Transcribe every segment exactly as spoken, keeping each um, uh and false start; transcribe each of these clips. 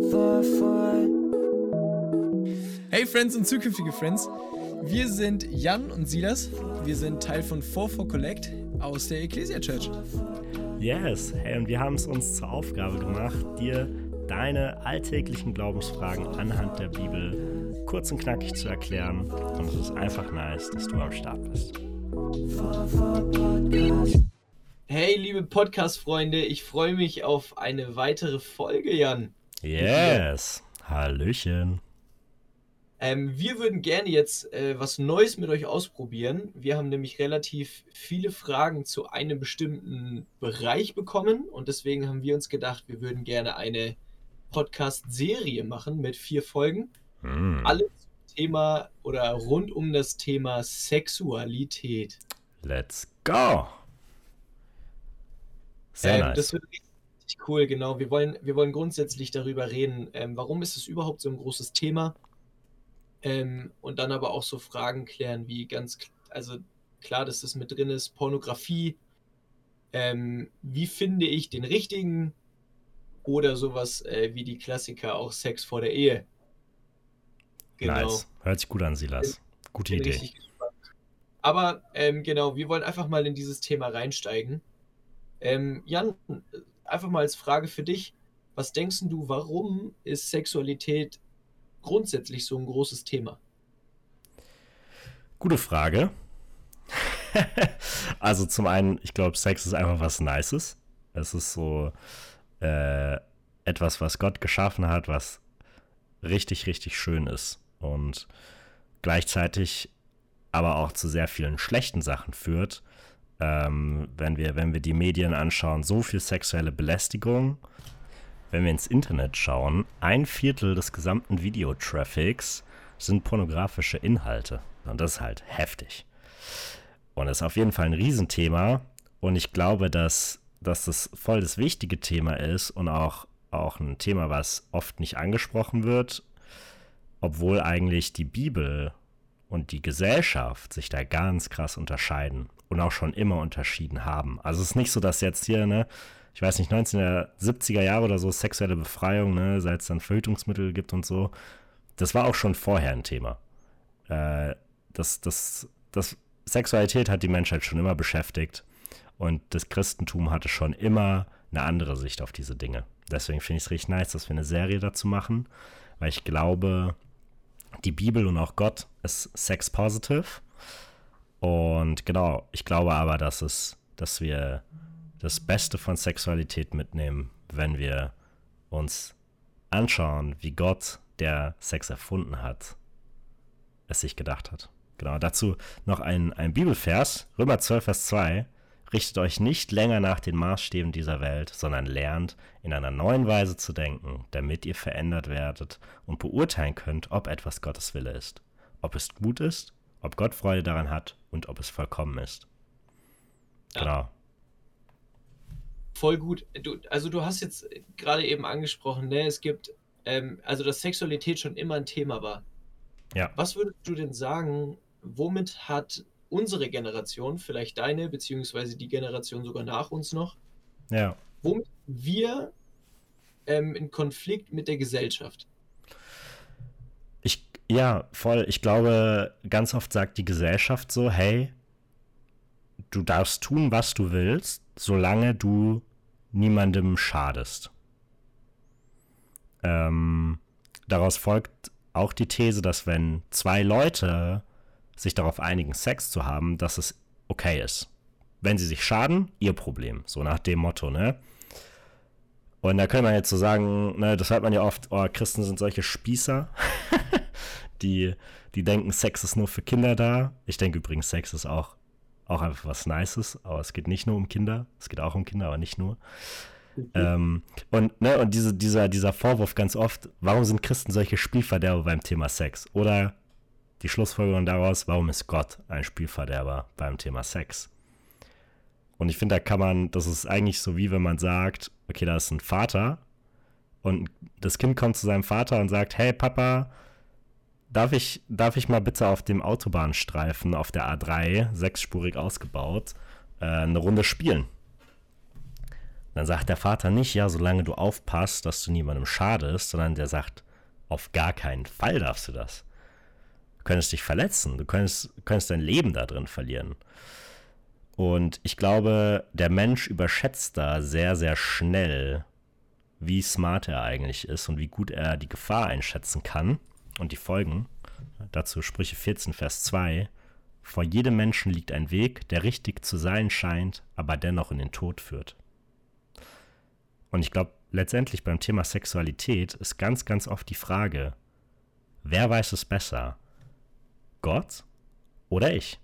Hey Friends und zukünftige Friends, wir sind Jan und Silas, wir sind Teil von four four Collect aus der Ecclesia Church. Yes, hey, und wir haben es uns zur Aufgabe gemacht, dir deine alltäglichen Glaubensfragen anhand der Bibel kurz und knackig zu erklären. Und es ist einfach nice, dass du am Start bist. Hey, liebe Podcast-Freunde, ich freue mich auf eine weitere Folge, Jan. Yes, Hallöchen. Ähm, wir würden gerne jetzt äh, was Neues mit euch ausprobieren. Wir haben nämlich relativ viele Fragen zu einem bestimmten Bereich bekommen und deswegen haben wir uns gedacht, wir würden gerne eine Podcast-Serie machen mit vier Folgen. Mm. Alles zum Thema oder rund um das Thema Sexualität. Let's go! Sehr ähm, nice. Das wird richtig cool, genau. Wir wollen, wir wollen grundsätzlich darüber reden, ähm, warum ist es überhaupt so ein großes Thema? Ähm, und dann aber auch so Fragen klären, wie ganz, also klar, dass das mit drin ist, Pornografie, ähm, wie finde ich den richtigen oder sowas äh, wie die Klassiker, auch Sex vor der Ehe. Genau. Nice. Hört sich gut an, Silas. Gute Bin Idee. richtig gespannt. Aber ähm, genau, wir wollen einfach mal in dieses Thema reinsteigen. Ähm, Jan, einfach mal als Frage für dich, was denkst du, warum ist Sexualität grundsätzlich so ein großes Thema? Gute Frage. Also zum einen, ich glaube, Sex ist einfach was Nices. Es ist so äh, etwas, was Gott geschaffen hat, was richtig, richtig schön ist. Und gleichzeitig aber auch zu sehr vielen schlechten Sachen führt. Ähm, wenn wir, wenn wir die Medien anschauen, so viel sexuelle Belästigung. Wenn wir ins Internet schauen, ein Viertel des gesamten Videotraffics sind pornografische Inhalte. Und das ist halt heftig. Und das ist auf jeden Fall ein Riesenthema. Und ich glaube, dass, dass das voll das wichtige Thema ist und auch, auch ein Thema, was oft nicht angesprochen wird, obwohl eigentlich die Bibel und die Gesellschaft sich da ganz krass unterscheiden und auch schon immer unterschieden haben. Also es ist nicht so, dass jetzt hier, ne, ich weiß nicht, neunzehnhundertsiebziger Jahre oder so, sexuelle Befreiung, ne, seit es dann Verhütungsmittel gibt und so, das war auch schon vorher ein Thema. Äh, das, das, das Sexualität hat die Menschheit schon immer beschäftigt und das Christentum hatte schon immer eine andere Sicht auf diese Dinge. Deswegen finde ich es richtig nice, dass wir eine Serie dazu machen, weil ich glaube, die Bibel und auch Gott ist sex-positive. Und genau, ich glaube aber, dass es, dass wir das Beste von Sexualität mitnehmen, wenn wir uns anschauen, wie Gott, der Sex erfunden hat, es sich gedacht hat. Genau, dazu noch ein, ein Bibelvers, Römer zwölf, Vers zwei. Richtet euch nicht länger nach den Maßstäben dieser Welt, sondern lernt, in einer neuen Weise zu denken, damit ihr verändert werdet und beurteilen könnt, ob etwas Gottes Wille ist, ob es gut ist, ob Gott Freude daran hat und ob es vollkommen ist. Ja. Genau. Voll gut. Du, also du hast jetzt gerade eben angesprochen, ne, es gibt, ähm, also dass Sexualität schon immer ein Thema war. Ja. Was würdest du denn sagen, womit hat unsere Generation, vielleicht deine, beziehungsweise die Generation sogar nach uns noch, Ja. womit wir ähm, in Konflikt mit der Gesellschaft? Ich, ja, voll. Ich glaube, ganz oft sagt die Gesellschaft so, hey, du darfst tun, was du willst, solange du niemandem schadest. Ähm, daraus folgt auch die These, dass wenn zwei Leute sich darauf einigen, Sex zu haben, dass es okay ist. Wenn sie sich schaden, ihr Problem. So nach dem Motto, ne? Und da könnte man jetzt so sagen, ne, das hört man ja oft, oh, Christen sind solche Spießer, die, die denken, Sex ist nur für Kinder da. Ich denke übrigens, Sex ist auch, auch einfach was Nices, aber es geht nicht nur um Kinder, es geht auch um Kinder, aber nicht nur. Mhm. Ähm, und ne, und diese, dieser, dieser Vorwurf ganz oft, warum sind Christen solche Spielverderber beim Thema Sex? Oder die Schlussfolgerung daraus, warum ist Gott ein Spielverderber beim Thema Sex? Und ich finde, da kann man, das ist eigentlich so, wie wenn man sagt, okay, da ist ein Vater und das Kind kommt zu seinem Vater und sagt, hey Papa, darf ich, darf ich mal bitte auf dem Autobahnstreifen auf der A drei, sechsspurig ausgebaut, äh, eine Runde spielen? Dann sagt der Vater nicht, ja, solange du aufpasst, dass du niemandem schadest, sondern der sagt, auf gar keinen Fall darfst du das. Du könntest dich verletzen, du könntest, könntest dein Leben da drin verlieren. Und ich glaube, der Mensch überschätzt da sehr, sehr schnell, wie smart er eigentlich ist und wie gut er die Gefahr einschätzen kann und die Folgen. Dazu Sprüche vierzehn, Vers zwei. Vor jedem Menschen liegt ein Weg, der richtig zu sein scheint, aber dennoch in den Tod führt. Und ich glaube, letztendlich beim Thema Sexualität ist ganz, ganz oft die Frage, wer weiß es besser? Gott oder ich?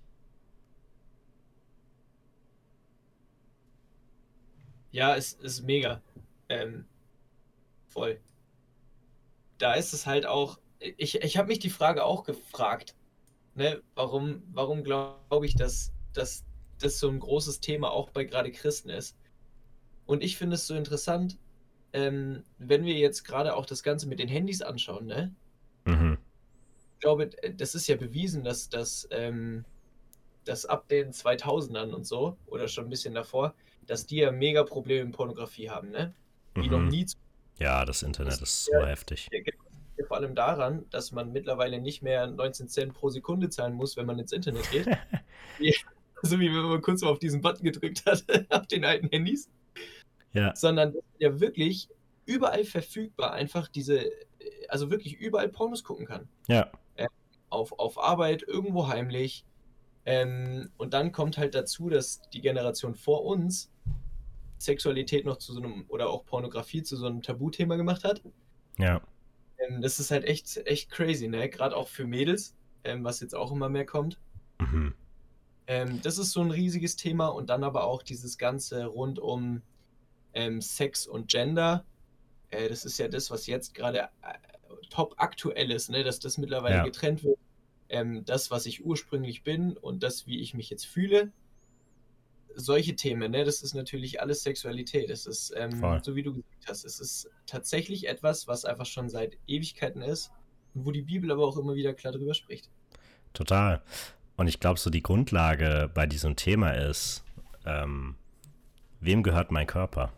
Ja, es ist mega. Ähm, voll. Da ist es halt auch, ich, ich habe mich die Frage auch gefragt, ne, warum, warum glaube ich, dass, dass das so ein großes Thema auch bei gerade Christen ist. Und ich finde es so interessant, ähm, wenn wir jetzt gerade auch das Ganze mit den Handys anschauen, ne? Mhm. Ich glaube, das ist ja bewiesen, dass, dass, ähm, dass ab den zweitausendern und so, oder schon ein bisschen davor, dass die ja mega Probleme mit Pornografie haben, ne? Wie noch Mhm. nie zu. Ja, das Internet Das ist ist so ja, heftig. ja, ja vor allem daran, dass man mittlerweile nicht mehr neunzehn Cent pro Sekunde zahlen muss, wenn man ins Internet geht. Wie, so wie wenn man kurz mal auf diesen Button gedrückt hat, auf den alten Handys. Ja, Sondern dass man ja wirklich überall verfügbar einfach diese, also wirklich überall Pornos gucken kann. ja, Äh, auf, auf Arbeit, irgendwo heimlich. Ähm, und dann kommt halt dazu, dass die Generation vor uns Sexualität noch zu so einem, oder auch Pornografie zu so einem Tabuthema gemacht hat. ja. Ähm, das ist halt echt, echt crazy, ne? Gerade auch für Mädels, ähm, was jetzt auch immer mehr kommt. Mhm. Ähm, das ist so ein riesiges Thema und dann aber auch dieses Ganze rund um ähm, Sex und Gender. Äh, das ist ja das, was jetzt gerade äh, top aktuell ist, ne? Dass das mittlerweile Ja. getrennt wird. Ähm, das, was ich ursprünglich bin und das, wie ich mich jetzt fühle. Solche Themen, ne? Das ist natürlich alles Sexualität. Das ist, ähm, Voll. so wie du gesagt hast, es ist tatsächlich etwas, was einfach schon seit Ewigkeiten ist und wo die Bibel aber auch immer wieder klar drüber spricht. Total. Und ich glaube, so die Grundlage bei diesem Thema ist, ähm, wem gehört mein Körper?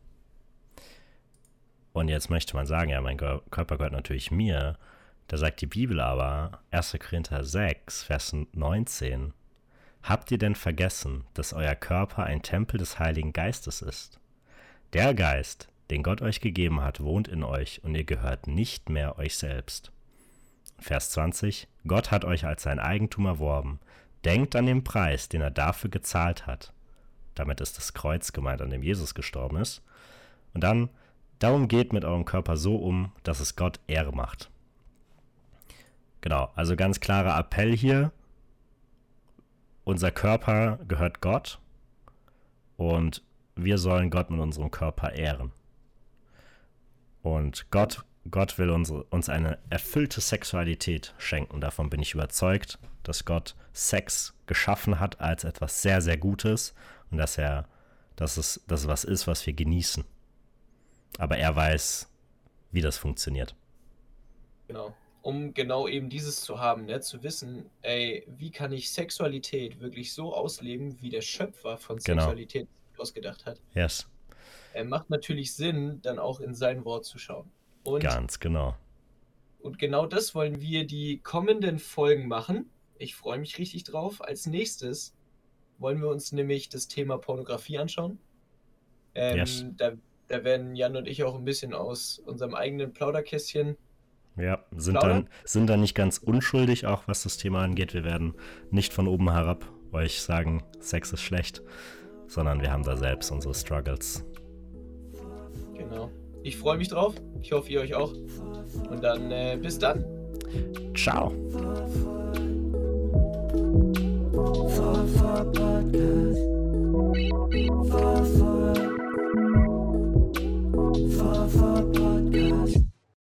Und jetzt möchte man sagen, ja, mein Gör- Körper gehört natürlich mir. Da sagt die Bibel aber, erster Korinther sechs, Vers neunzehn, habt ihr denn vergessen, dass euer Körper ein Tempel des Heiligen Geistes ist? Der Geist, den Gott euch gegeben hat, wohnt in euch und ihr gehört nicht mehr euch selbst. Vers zwanzig, Gott hat euch als sein Eigentum erworben. Denkt an den Preis, den er dafür gezahlt hat. Damit ist das Kreuz gemeint, an dem Jesus gestorben ist. Und dann, darum geht mit eurem Körper so um, dass es Gott Ehre macht. Genau, also ganz klarer Appell hier. Unser Körper gehört Gott und wir sollen Gott mit unserem Körper ehren. Und Gott, Gott will unsere, uns eine erfüllte Sexualität schenken. Davon bin ich überzeugt, dass Gott Sex geschaffen hat als etwas sehr, sehr Gutes und dass er, dass es, dass es was ist, was wir genießen. Aber er weiß, wie das funktioniert. Genau. Um genau eben dieses zu haben, ne? Zu wissen, ey, wie kann ich Sexualität wirklich so ausleben, wie der Schöpfer von Genau. Sexualität ausgedacht hat. Yes, Er macht natürlich Sinn, dann auch in sein Wort zu schauen. Und, ganz genau. und genau das wollen wir die kommenden Folgen machen. Ich freue mich richtig drauf. Als nächstes wollen wir uns nämlich das Thema Pornografie anschauen. Ähm, Yes. da, da werden Jan und ich auch ein bisschen aus unserem eigenen Plauderkästchen. Ja, sind Plaudern? dann, sind dann nicht ganz unschuldig, auch was das Thema angeht. Wir werden nicht von oben herab euch sagen, Sex ist schlecht, sondern wir haben da selbst unsere Struggles. Genau. Ich freue mich drauf. Ich hoffe, ihr euch auch. Und dann äh, bis dann. Ciao. For